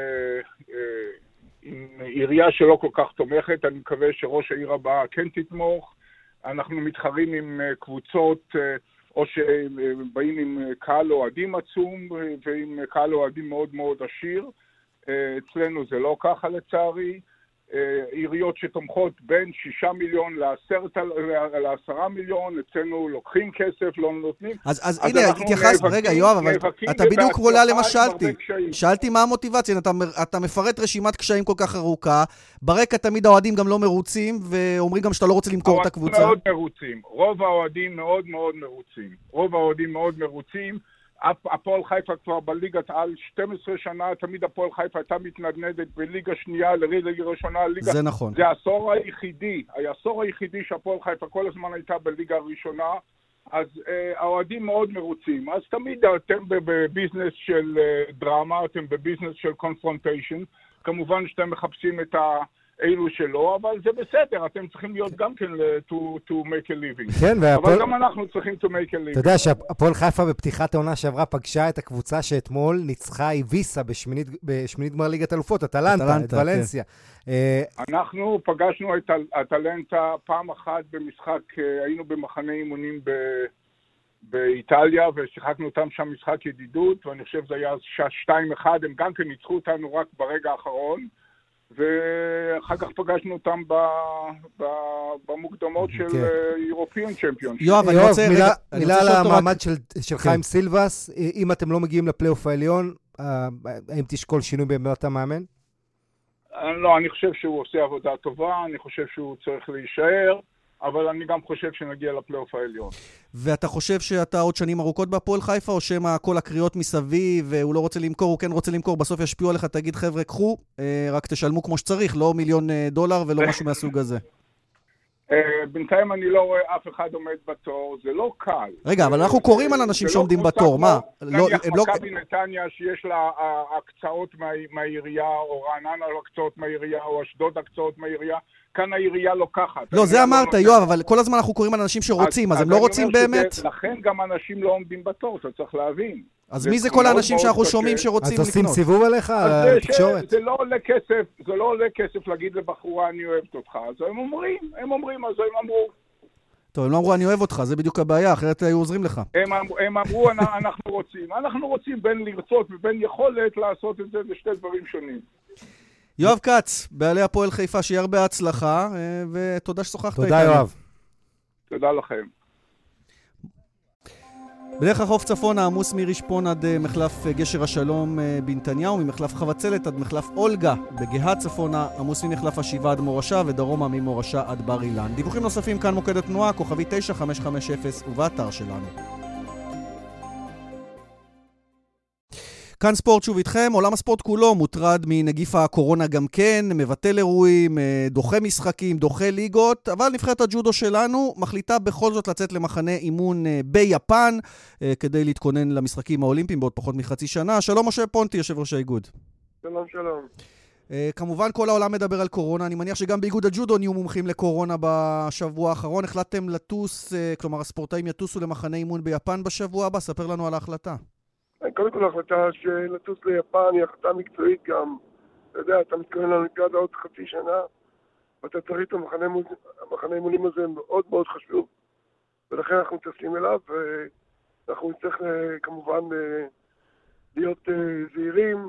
I: עם עירייה שלא כל כך תומכת. אני מקווה שראש העיר הבאה כן תתמוך. אנחנו מתחרים עם קבוצות או שבאים עם קהל אוהדים עצום ועם קהל אוהדים מאוד מאוד עשיר. אצלנו זה לא ככה לצערי. עיריות שתומכות בין 6 מיליון ל10 מיליון, אצלנו לוקחים כסף, לא נותנים.
B: אז הנה, התייחס, רגע יואב, אבל אתה בדיוק עולה למה שאלתי מה המוטיבציה, אתה מפרט רשימת קשיים כל כך ארוכה, ברקע תמיד האוהדים גם לא מרוצים, ואומרים גם שאתה לא רוצה למכור את הקבוצה.
I: מאוד מרוצים, רוב האוהדים מאוד מאוד מרוצים, הפועל חיפה כבר בליגת על 12 שנה, תמיד הפועל חיפה הייתה מתנדנדת בליגה שנייה לליגה ראשונה.
B: זה נכון.
I: זה העשור היחידי שהפועל חיפה כל הזמן הייתה בליגה הראשונה, אז האוהדים מאוד מרוצים. אז תמיד אתם בביזנס של דרמה, אתם בביזנס של קונפרונטיישן, כמובן שאתם מחפשים את אילו שלא, אבל זה בסדר, אתם צריכים להיות גם כן to make a living.
C: כן,
I: אבל גם אנחנו צריכים to make a living.
C: אתה יודע שהפועל חיפה בפתיחת העונה שעברה פגשה את הקבוצה שאתמול ניצחה איביסה בשמינית גמר ליגת אלופות, אטלנטה, את ולנסיה.
I: אנחנו פגשנו את אטלנטה פעם אחת במשחק, היינו במחנה אימונים באיטליה, ושיחקנו אותם שם משחק ידידות, ואני חושב זה היה 2-1, הם גם כן ניצחו אותנו רק ברגע האחרון, ואחר כך פגשנו אותם במוקדמות של European Championship.
B: יואב, אני רוצה
C: מילה על המעמד של חיים סילבס. אם אתם לא מגיעים לפלייאוף העליון, האם תשקול שינוי בעמדת המאמן?
I: לא, אני חושב שהוא עושה עבודה טובה, אני חושב שהוא צריך להישאר, אבל אני גם חושב שנגיע לפלייאוף העליון.
B: ואתה חושב שאתה עוד שנים ארוכות בהפועל חיפה, או שמה כל הקריאות מסביב, והוא לא רוצה למכור, הוא כן רוצה למכור, בסוף ישפיעו עליך, תגיד חבר'ה, קחו, רק תשלמו כמו שצריך, לא $1,000,000 ולא משהו מהסוג הזה.
I: בינתיים אני לא רואה אף אחד עומד בתור, זה לא קל.
B: רגע, אבל אנחנו קוראים על אנשים שעומדים בתור, מה?
I: נניח מכבי נתניה שיש לה הקצאות מהעירייה, או רעננה לא הקצאות מהעירייה, או אשדוד הקצאות מהעירייה, כאן העירייה לוקחת.
B: לא, זה אמרת, יואב, אבל כל הזמן אנחנו קוראים על אנשים שרוצים, אז הם לא רוצים באמת?
I: לכן גם אנשים לא עומדים בתור, אתה צריך להבין.
B: אז מי זה כל האנשים שאנחנו שומעים שרוצים לקנות?
C: אז עושים סיבוב עליך, על התקשורת?
I: זה לא עולה כסף להגיד לבחורה אני אוהבת אותך, אז הם אומרים, אז הם אמרו.
B: טוב, הם לא אמרו אני אוהב אותך, זה בדיוק הבעיה, אחרת היו עוזרים לך.
I: הם אמרו אנחנו רוצים בין לרצות ובין יכולת לעשות את זה, זה שתי דברים שונים.
B: יואב קץ, בעלי הפועל חיפה, שיהיה הרבה הצלחה, ותודה ששוחחת איתנו.
C: תודה יואב.
I: תודה לכם.
B: בדרך החוף צפון העמוס מרשפון עד מחלף גשר השלום בנתניהו, ממחלף חבצלת עד מחלף אולגה בגהת צפונה, עמוס ממחלף השבעה עד מורשה ודרומה ממורשה עד בר אילן. דיווחים נוספים כאן מוקד התנועה, כוכבי 9550 ובאתר שלנו. כאן ספורט שוב איתכם, עולם הספורט כולו מוטרד מנגיף הקורונה גם כן, מבטל אירועים, דוחה משחקים, דוחה ליגות, אבל נבחרת הג'ודו שלנו מחליטה בכל זאת לצאת למחנה אימון ביפן, כדי להתכונן למשחקים האולימפיים בעוד פחות מחצי שנה. שלום משה פונטי, יושב ראש האיגוד.
J: שלום, שלום.
B: כמובן כל העולם מדבר על קורונה, אני מניח שגם באיגוד הג'ודו נהיו מומחים לקורונה בשבוע האחרון. החלטתם לטוס, כלומר הספורטאים יטוסו למחנה אימון ביפן בשבוע הבא, ספר לנו על ההחלטה.
J: קודם כל ההחלטה של לטוס ליפן היא החלטה מקצועית גם. אתה יודע, אתה מתכונן לאולימפיאדה עוד חצי שנה, ואתה צריך את המחנה אימונים הזה מאוד מאוד חשוב, ולכן אנחנו טסים אליו, ואנחנו נצטרך כמובן להיות זהירים.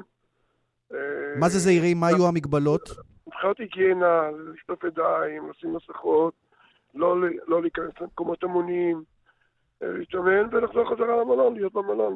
B: מה זה זהירים? מה היו המגבלות?
J: מבחינת היגיינה, לשטוף ידיים, לשים מסכות, לא להיכנס למקומות המוניים, להתאמן ולחזור חזרה למלון, להיות במלון.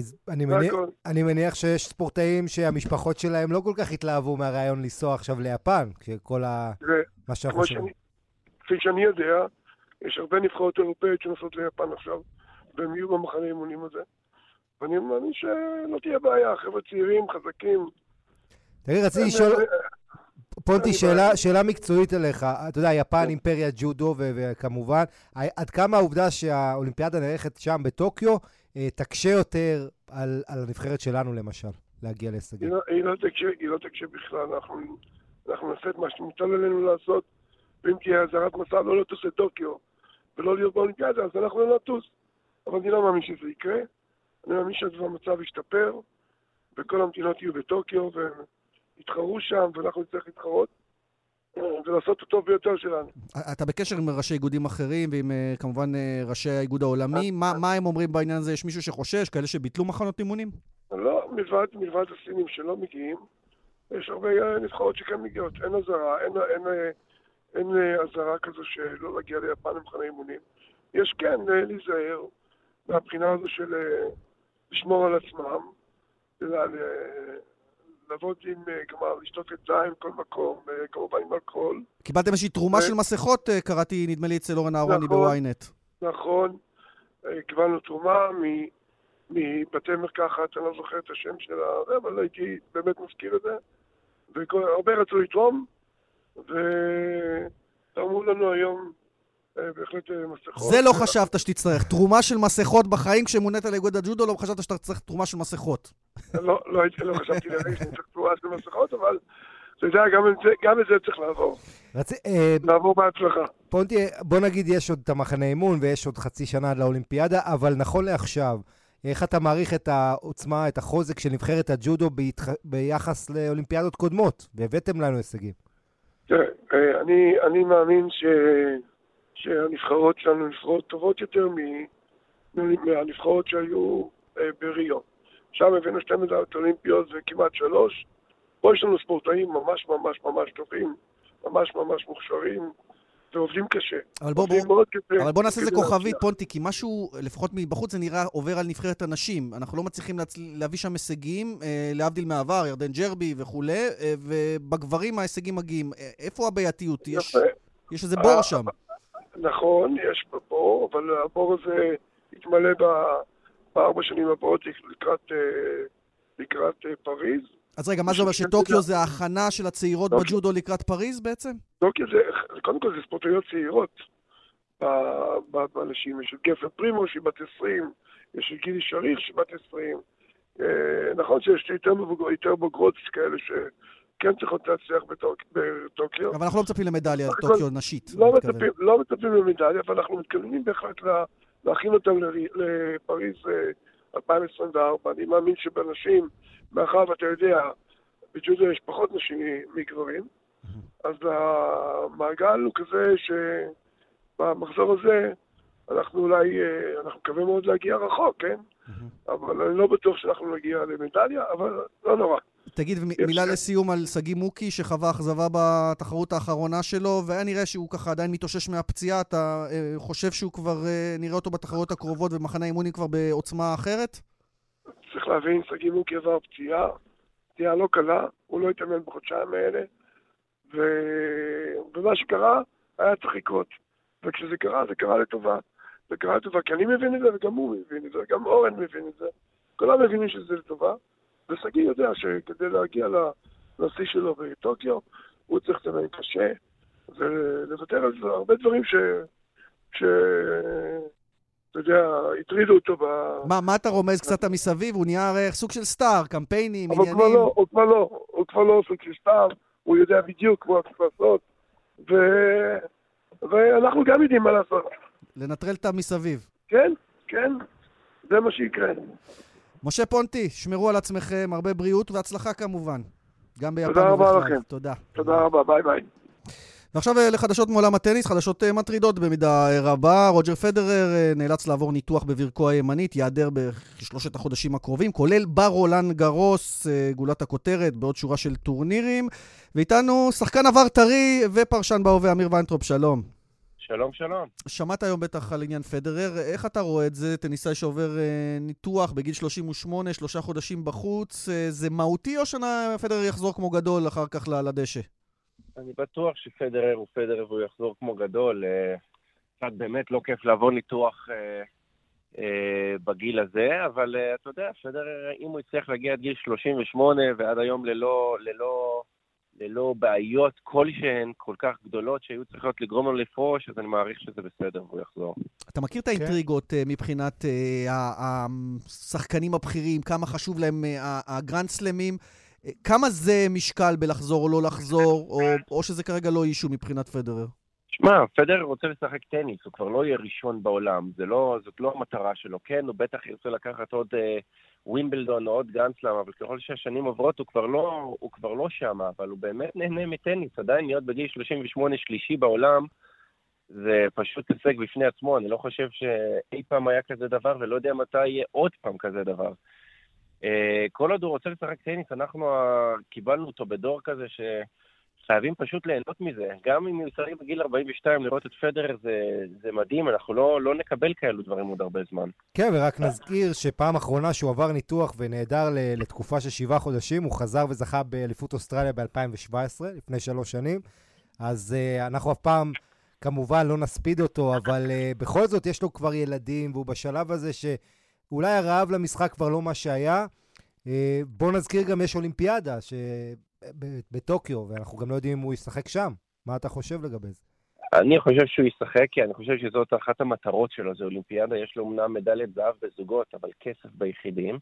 C: אני מניח שיש ספורטאים שהמשפחות שלהם לא כל כך התלהבו מהרעיון לנסוע עכשיו ליפן, כשכל מה שאנחנו שומעים.
J: כפי שאני יודע, יש הרבה נבחרות אירופאיות שנוסעות ליפן עכשיו, והם יהיו במחנה אימונים הזה. ואני מאמין שלא תהיה בעיה, חבר'ה צעירים, חזקים.
C: תראי, רציתי לשאול... פונטי, שאלה מקצועית אליך. אתה יודע, יפן, אימפריה ג'ודו, וכמובן, עד כמה העובדה שהאולימפיאדה נערכת שם בטוקיו, תקשה יותר על הנבחרת שלנו, למשל, להגיע להישגים?
J: היא לא תקשה בכלל. אנחנו נעשה את מה שמוטל עלינו לעשות, ואם תהיה אזהרת מסע לא לטוס לטוקיו, ולא להיות באולימפיאדה, אז אנחנו לא נטוס. אבל אני לא מאמין שזה יקרה. אני מאמין שהמצב ישתפר, וכל המדינות יהיו בטוקיו, יתחרו שם, ואנחנו נצטרך להתחרות, ולעשות הטוב ביותר שלנו.
B: אתה בקשר עם ראשי איגודים אחרים, ועם כמובן ראשי האיגוד העולמי, מה הם אומרים בעניין הזה? יש מישהו שחושש, כאלה שביטלו מחנות אימונים?
J: לא, מלבד הסינים שלא מגיעים, יש הרבה נבחרות שכן מגיעות. אין עזרה, אין עזרה כזו שלא להגיע ליפן למחנה אימונים. יש כן להיזהר מהבחינה הזו של לשמור על עצמם, לעבוד עם, כלומר, לשתות את זין כל מקום, כמובן עם אלכוהול.
B: קיבלתם איזושהי תרומה של מסכות, קראתי, נדמה לי, אצל אורן אהרוני בוויינט.
J: נכון, קיבלנו תרומה מבתי מרקחת, אני לא זוכר את השם שלה, אבל הייתי באמת מזכיר את זה. והרבה רצו לתרום, ותרמו לנו היום בהחלט מסכות.
B: זה לא חשבת שתצטרך. תרומה של מסכות בחיים כשמונית לאיגוד הג'ודו, לא חשבת שאתה צריך תרומה של מסכות.
J: לא חשבתי לרגע שצריך תרומה של מסכות, אבל אתה יודע, גם את זה צריך לעבור. לעבור בהצלחה.
C: פונטי, בוא נגיד, יש עוד את המחנה אימון, ויש עוד חצי שנה עד לאולימפיאדה, אבל נכון לעכשיו, איך אתה מעריך את העוצמה, את החוזק של נבחרת הג'ודו ביחס לאולימפיאדות קודמות? והבאתם לנו הישגים.
J: תראה, אני מאמין שהנבחרות שלנו נבחרות טובות יותר מהנבחרות שהיו בריו. שם הבאנו 2 מדליות אולימפיות וכמעט 3. פה יש לנו ספורטאים ממש ממש ממש טובים, ממש ממש מוכשרים, ועובדים קשה.
B: אבל בוא נעשה זה כוכבית, פונטי, כי משהו, לפחות מבחוץ, זה נראה עובר על נבחרת הנשים. אנחנו לא מצליחים להביא שם הישגים, להבדיל מעבר, ירדן ג'רבי וכו', ובגברים ההישגים מגיעים. איפה הבעייתיות? יש איזה בור שם.
J: נכון, יש בור, אבל הבור הזה יתמלא ב4 שנים הבאות לקראת פריז.
B: אז רגע, מה זה אומר שטוקיו זה ההכנה של הצעירות בג'ודו לקראת פריז בעצם?
J: טוקיו זה, קודם כל זה ספורטאיות צעירות באנשים. יש את גפר פרימו שהיא בת 20, יש את גילי שריך שהיא בת 20. נכון שיש יותר בוגרות כאלה שכן צריכות להצליח בטוקיו.
B: אבל אנחנו לא מצפים למדליה טוקיו נשית.
J: לא מצפים למדליה, אבל אנחנו מתכוונים בהחלט להכין אותם לפריז 2024. אני מאמין שבנשים, מאחר ואתה יודע, בג'ודו יש פחות נשים מגברים, אז המעגל הוא כזה שבמחזור הזה אנחנו מקווים מאוד להגיע רחוק, כן? אבל אני לא בטוח שאנחנו נגיע למדליה, אבל לא נורא.
B: תגיד, מילה לסיום על סגי מוקי שחווה אכזבה בתחרות האחרונה שלו, והיה נראה שהוא ככה עדיין מתאושש מהפציעה. אתה חושב שהוא כבר נראה אותו בתחרויות הקרובות ומחנה אימונים כבר בעוצמה אחרת?
J: צריך להבין, סגי מוקי עבר פציעה לא קלה, הוא לא התאמן בחודשיים האלה, ומה שקרה היה צריך לקרות. וכשזה קרה, זה קרה לטובה. זה קרה לטובה, כי אני מבין את זה וגם הוא מבין את זה, גם אורן מבין את זה. כולם מבינים שזה לטובה, וסגי יודע שכדי להגיע לנשיא שלו בטוקיו, הוא צריך להתאמן קשה, ולוותר על זה הרבה דברים אתה יודע, הטרידו אותו
B: מה אתה רומז קצת מסביב? הוא נהיה הרי סוג של סטאר, קמפיינים, עניינים.
J: הוא כבר לא סוג של סטאר, הוא יודע בדיוק מה צריך לעשות, ואנחנו גם יודעים מה לעשות.
B: לנטרל את המסביב.
J: כן, זה מה שיקרה.
B: משה פונטי, שמרו על עצמכם, הרבה בריאות והצלחה כמובן. גם ביפן
J: ובכלל. תודה רבה לכם. תודה רבה, ביי ביי.
B: ועכשיו לחדשות מעולם הטניס, חדשות מטרידות במידה רבה. רוג'ר פדרר נאלץ לעבור ניתוח בברכו הימנית, יעדר בשלושת החודשים הקרובים, כולל ברולאן גרוס, גולת הכותרת, בעוד שורה של טורנירים. ואיתנו שחקן עבר טרי ופרשן בהווה, אמיר ויינטרופ, שלום.
K: שלום, שלום.
B: שמעת היום בטח על עניין פדרר, איך אתה רואה את זה? טניסאי שעובר ניתוח בגיל 38, 3 חודשים בחוץ, זה מהותי או שפדרר יחזור כמו גדול אחר כך לדשא?
K: אני בטוח שפדרר הוא פדרר והוא יחזור כמו גדול. קצת באמת לא כיף לעבור ניתוח בגיל הזה, אבל אתה יודע, פדרר, אם הוא יצטרך להגיע עד גיל 38 ועד היום ללא בעיות כלשהן כל כך גדולות שהיו צריכות לגרום לו לפרוש, אז אני מעריך שזה בסדר והוא יחזור.
B: אתה מכיר את האינטריגות מבחינת השחקנים הבכירים, כמה חשוב להם הגרנד סלמים? כמה זה משקל בלחזור או לא לחזור, או שזה כרגע לא אישו מבחינת פדרר?
K: שמע, פדרר רוצה לשחק טניס, הוא כבר לא יהיה ראשון בעולם, זאת לא המטרה שלו. כן, הוא בטח ירצה לקחת עוד ווימבלדון או עוד גרנד-סלאם, אבל ככל שהשנים עוברות הוא כבר לא שם, אבל הוא באמת נהנה מטניס. עדיין להיות בגיל 38 שלישי בעולם, זה פשוט הישג בפני עצמו. אני לא חושב שאי פעם היה כזה דבר, ולא יודע מתי יהיה עוד פעם כזה דבר. כל עוד הוא רוצה לשחק טניס, אנחנו קיבלנו אותו בדור כזה שחייבים פשוט ליהנות מזה. גם אם הוא ישחק בגיל 42 לראות את פדרר זה מדהים, אנחנו לא נקבל כאלו דברים עוד הרבה זמן.
C: כן, ורק נזכיר שפעם אחרונה שהוא עבר ניתוח ונהדר לתקופה של 7 חודשים, הוא חזר וזכה באליפות אוסטרליה ב-2017, לפני 3 שנים. אז אנחנו אף פעם כמובן לא נספיד אותו, אבל בכל זאת יש לו כבר ילדים, והוא בשלב הזה שאולי הרעב למשחק כבר לא מה שהיה. בוא נזכיר גם יש אולימפיאדה בטוקיו, ואנחנו גם לא יודעים אם הוא ישחק שם. מה אתה חושב לגבי זה?
K: אני חושב שהוא ישחק, כי אני חושב שזאת אחת המטרות שלו, זה אולימפיאדה, יש לו אמנם מדליית זהב בזוגות, אבל כסף ביחידים.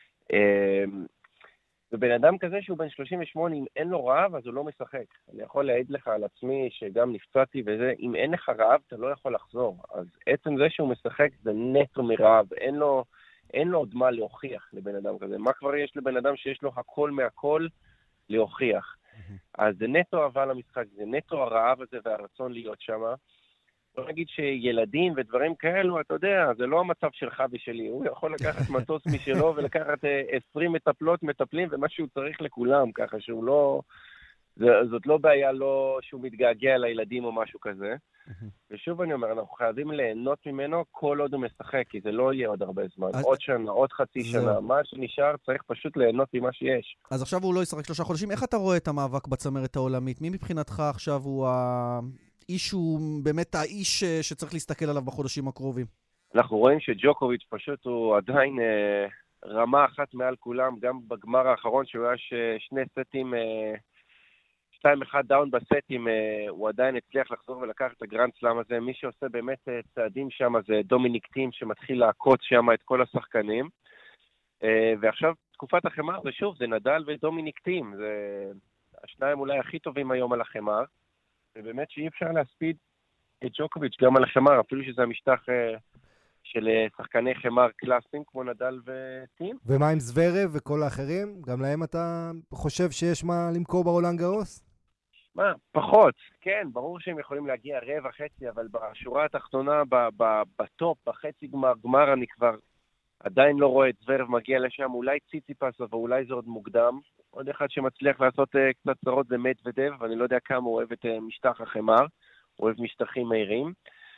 K: ובן אדם כזה שהוא בן 38, אם אין לו רעב, אז הוא לא משחק. אני יכול להעיד לך על עצמי שגם נפצעתי וזה, אם אין לך רעב, אתה לא יכול לחזור. אז עצם זה שהוא משחק זה נטו מרעב, אין לו עוד מה להוכיח לבן אדם כזה. מה כבר יש לבן אדם שיש לו הכל מהכל להוכיח? אז זה נטו אהבה למשחק, זה נטו הרעב הזה והרצון להיות שם. בוא נגיד שילדים ודברים כאלו, אתה יודע, זה לא המצב שלך ושלי. הוא יכול לקחת מטוס משלו ולקחת 20 מטפלים ומה שהוא צריך לכולם, ככה שהוא לא... זאת לא בעיה לא שהוא מתגעגע לילדים או משהו כזה. ושוב אני אומר, אנחנו חייבים ליהנות ממנו כל עוד הוא משחק, כי זה לא יהיה עוד הרבה זמן. עוד שנה, עוד חצי שנה, מה שנשאר צריך פשוט ליהנות ממה שיש.
B: אז עכשיו הוא לא ישחק 3 חודשים. איך אתה רואה את המאבק בצמרת העולמית? מי מבחינתך עכשיו הוא האיש, הוא באמת האיש שצריך להסתכל עליו בחודשים הקרובים?
K: אנחנו רואים שג'וקוביץ' פשוט הוא עדיין רמה אחת מעל כולם, גם בגמר האחרון שהוא היה 2 סטים... 2-1 דאון בסטים, הוא עדיין הצליח לחזור ולקח את הגרנד סלאם הזה. מי שעושה באמת צעדים שם זה דומיניק טים שמתחיל לעקוץ שם את כל השחקנים. ועכשיו תקופת החמר, ושוב, זה נדל ודומיניק טים. זה השניים אולי הכי טובים היום על החמר. ובאמת שאי אפשר להספיד את ג'וקוביץ' גם על החמר, אפילו שזה המשטח של שחקני חמר קלאסיים כמו נדל וטים.
C: ומה עם זוורב וכל האחרים? גם להם אתה חושב שיש מה למכור ברולאן גארוס?
K: מה? פחות. כן, ברור שהם יכולים להגיע רבע חצי, אבל בשורה התחתונה, בטופ, בחצי גמר, אני כבר עדיין לא רואה את זוורב מגיע לשם. אולי ציציפס, אבל אולי זה עוד מוקדם. עוד אחד שמצליח לעשות קצת צרות זה מדוודב, ואני לא יודע כמה הוא אוהב את משטח החמר. הוא אוהב משטחים מהירים.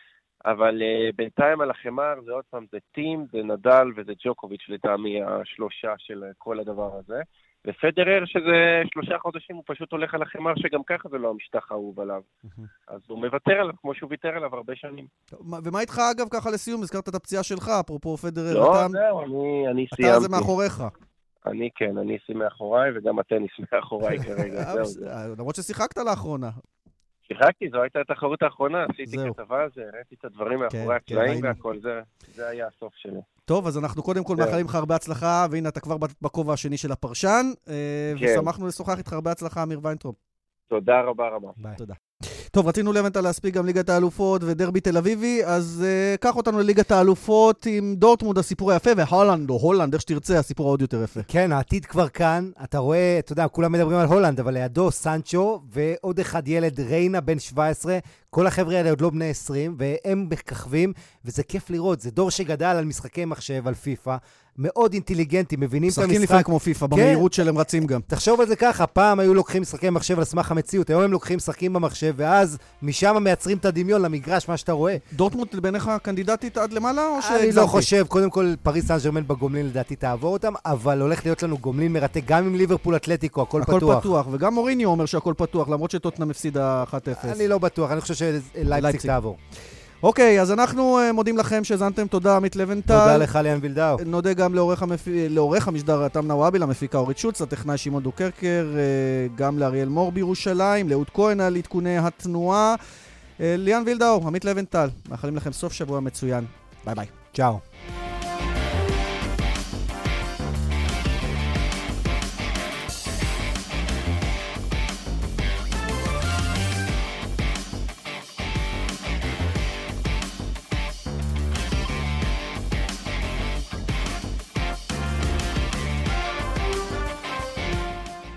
K: אבל בינתיים על החמר זה עוד פעם, זה טים, זה נדל וזה ג'וקוביץ' לטעמי השלושה של כל הדבר הזה. ופדרר שזה 3 חודשים הוא פשוט הולך על החמר שגם ככה זה לא המשטח האהוב עליו. אז הוא מוותר עליו כמו שהוא ויתר עליו הרבה שנים.
B: ומה איתך אגב ככה לסיום? הזכרת את הפציעה שלך, אפרופו פדרר.
K: לא, זהו, אני סיימתי.
B: אתה זה מאחוריך.
K: אני כן, אני אשים מאחוריי וגם הטניס מאחוריי כרגע.
B: למרות ששיחקת לאחרונה.
K: שיחקתי, זו הייתה התחרות האחרונה, עשיתי כתבה, ראיתי את הדברים מאחורי הקלעים והכל, זה היה הסוף שלי.
B: טוב, אז אנחנו קודם כל מאחלים לך הרבה הצלחה, והנה אתה כבר בכובע השני של הפרשן, ושמחנו לשוחח איתך הרבה הצלחה, אמיר ויינטרוב.
K: תודה רבה.
B: תודה. טוב, רצינו לבנטל להספיק גם ליגת האלופות ודרבי תל אביבי, אז קח אותנו לליגת האלופות עם דורטמונד, הסיפור היפה, והולנד, או הולנד, איך שתרצה, הסיפור העוד יותר יפה.
C: כן, העתיד כבר כאן, אתה רואה, אתה יודע, כולם מדברים על הולנד, אבל לידו סנצ'ו, ועוד אחד ילד ריינה בן 17, כל החבר'ה האלה עוד לא בני 20, והם מככבים, וזה כיף לראות, זה דור שגדל על משחקי מחשב, על פיפה, מאוד אינטליגנטי, מבינים את המשחק.
B: משחקים לפעמים כמו פיפה, במהירות שלהם רצים גם.
C: תחשוב על זה ככה, פעם היו לוקחים משחקי מחשב על סמך המציאות, היום הם לוקחים משחקים במחשב, ואז משם מייצרים את הדמיון למגרש, מה שאתה רואה.
B: דורטמונד בעיניך קנדידטית עד למעלה, או
C: אני לא חושב, קודם כל פריס סן ז'רמן בגומלין לדעתי תעבור אותם, אבל הולך להיות לנו גומלין מרתק, גם עם ליברפול אתלטיקו, הכל פתוח.
B: וגם מוריניו אומר שהכל פתוח, למרות שטוטנהאם הפסידה 1-0.
C: אני לא בטוח, אני חושב שלייפציג תעבור.
B: אוקיי, אז אנחנו מודים לכם שהזנתם, תודה עמית לבנטל.
C: תודה לך ליאן וילדאו.
B: נודה גם לעורך המשדר תמנה וואבי, למפיקה אורית שוץ, לטכנאי שמעון דוקרקר, גם לאריאל מור בירושלים, לאהוד כהן על עדכוני התנועה. ליאן וילדאו, עמית לבנטל, מאחלים לכם סוף שבוע מצוין. ביי ביי.
C: צ'או.